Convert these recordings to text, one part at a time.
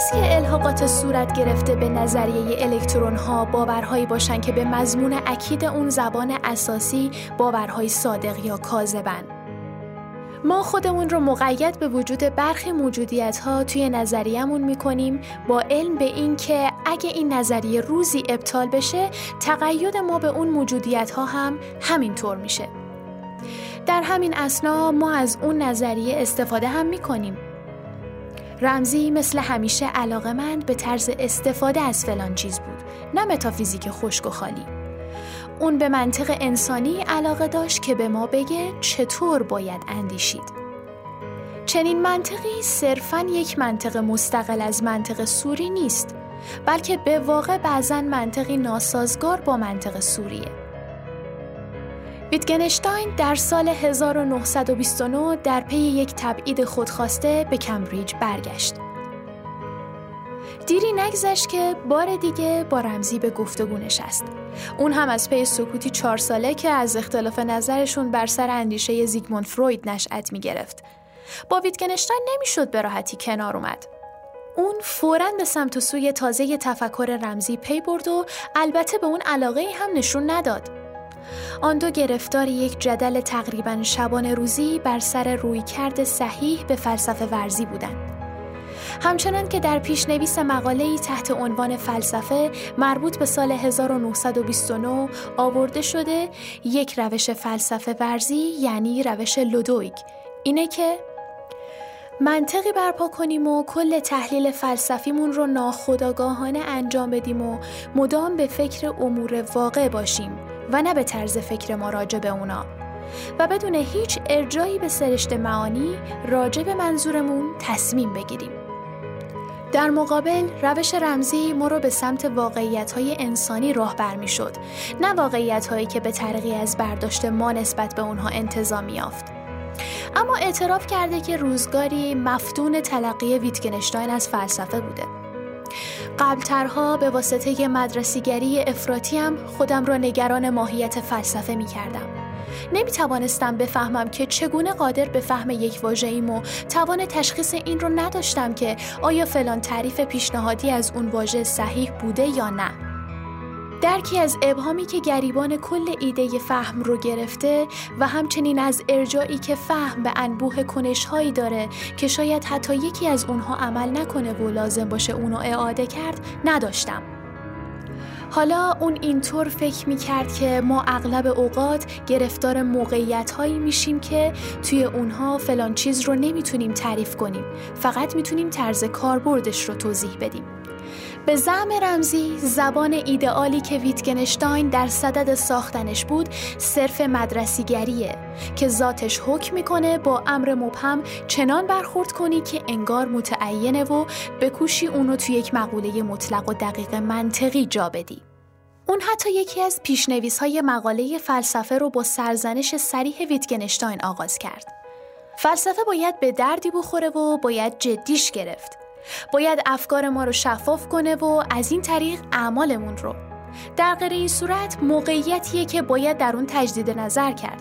نیست که الحاقات صورت گرفته به نظریه الکترون ها باورهایی باشن که به مضمون اکید اون زبان اساسی باورهای صادق یا کاذبن. ما خودمون رو مقید به وجود برخی موجودیت ها توی نظریه‌مون میکنیم با علم به این که اگه این نظریه روزی ابطال بشه تقید ما به اون موجودیت ها هم همینطور میشه. در همین اثنا ما از اون نظریه استفاده هم میکنیم. رمزی مثل همیشه علاقه‌مند به طرز استفاده از فلان چیز بود، نه متافیزیک خشک و خالی. اون به منطق انسانی علاقه داشت که به ما بگه چطور باید اندیشید. چنین منطقی صرفاً یک منطق مستقل از منطق سوری نیست، بلکه به واقع بعضاً منطقی ناسازگار با منطق سوریه. ویتگنشتاین در سال 1929 در پی یک تبعید خودخواسته به کمبریج برگشت. دیری نگذشت که بار دیگه با رمزی به گفتگو نشست. اون هم از پی سکوتی 4 ساله که از اختلاف نظرشون بر سر اندیشه زیگموند فروید نشأت می گرفت. با ویتگنشتاین نمیشد به راحتی کنار اومد. اون فوراً به سمت و سوی تازه تفکر رمزی پی برد و البته به اون علاقه‌ای هم نشون نداد. آن دو گرفتار یک جدل تقریباً شبانه روزی بر سر رویکرد صحیح به فلسفه ورزی بودند. همچنان که در پیشنویس مقاله‌ای تحت عنوان فلسفه مربوط به سال 1929 آورده شده، یک روش فلسفه ورزی یعنی روش لودویک اینه که منطقی برپا کنیم و کل تحلیل فلسفیمون رو ناخودآگاهانه انجام بدیم و مدام به فکر امور واقع باشیم و نه به طرز فکر ما راجع به اونا و بدون هیچ ارجایی به سرشت معانی راجع به منظورمون تصمیم بگیریم. در مقابل روش رمزی ما رو به سمت واقعیت‌های انسانی راهبر می‌شد، نه واقعیت‌هایی که به طریقی از برداشت ما نسبت به اونها انتزاع می‌یافت. اما اعتراف کرده که روزگاری مفتون تلقی ویتگنشتاین از فلسفه بوده. قبلترها به واسطه مدرسیگری افراطی هم خودم را نگران ماهیت فلسفه می‌کردم. نمی‌توانستم بفهمم که چگونه قادر به فهم یک واژه‌ایم و توان تشخیص این رو نداشتم که آیا فلان تعریف پیشنهادی از اون واژه صحیح بوده یا نه. درکی از ابهامی که گریبان کل ایده فهم رو گرفته و همچنین از ارجاعی که فهم به انبوه کنش‌هایی داره که شاید حتی یکی از اونها عمل نکنه و لازم باشه اونو اعاده کرد نداشتم. حالا اون اینطور فکر می‌کرد که ما اغلب اوقات گرفتار موقعیت‌هایی میشیم که توی اونها فلان چیز رو نمیتونیم تعریف کنیم، فقط میتونیم طرز کاربردش رو توضیح بدیم. به زعم رمزی زبان ایدئالی که ویتگنشتاین در صدد ساختنش بود صرف مدرسیگریه که ذاتش حکم میکنه با امر مبهم چنان برخورد کنی که انگار متعینه و بکوشی اونو توی یک مقوله مطلق و دقیق منطقی جا بدی. اون حتی یکی از پیشنویس‌های مقاله فلسفه رو با سرزنش صریح ویتگنشتاین آغاز کرد. فلسفه باید به دردی بخوره و باید جدیش گرفت. باید افکار ما رو شفاف کنه و از این طریق اعمالمون رو. در غیر این صورت موقعیتیه که باید در اون تجدید نظر کرد.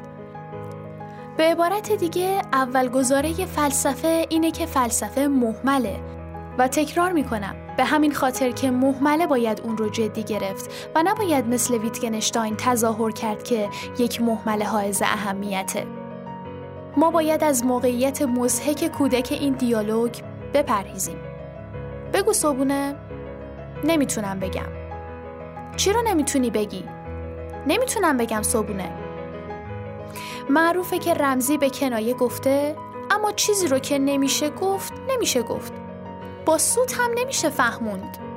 به عبارت دیگه اول گزاره فلسفه اینه که فلسفه مهمله و تکرار میکنم به همین خاطر که مهمله باید اون رو جدی گرفت و نباید مثل ویتگنشتاین تظاهر کرد که یک مهمله حائز اهمیته. ما باید از موقعیت مضحک کودک این دیالوگ بپرهیزیم. بگو صبونه. نمیتونم بگم. چی رو نمیتونی بگی؟ نمیتونم بگم صبونه. معروفه که رمزی به کنایه گفته اما چیزی رو که نمیشه گفت نمیشه گفت. با سوت هم نمیشه فهموند.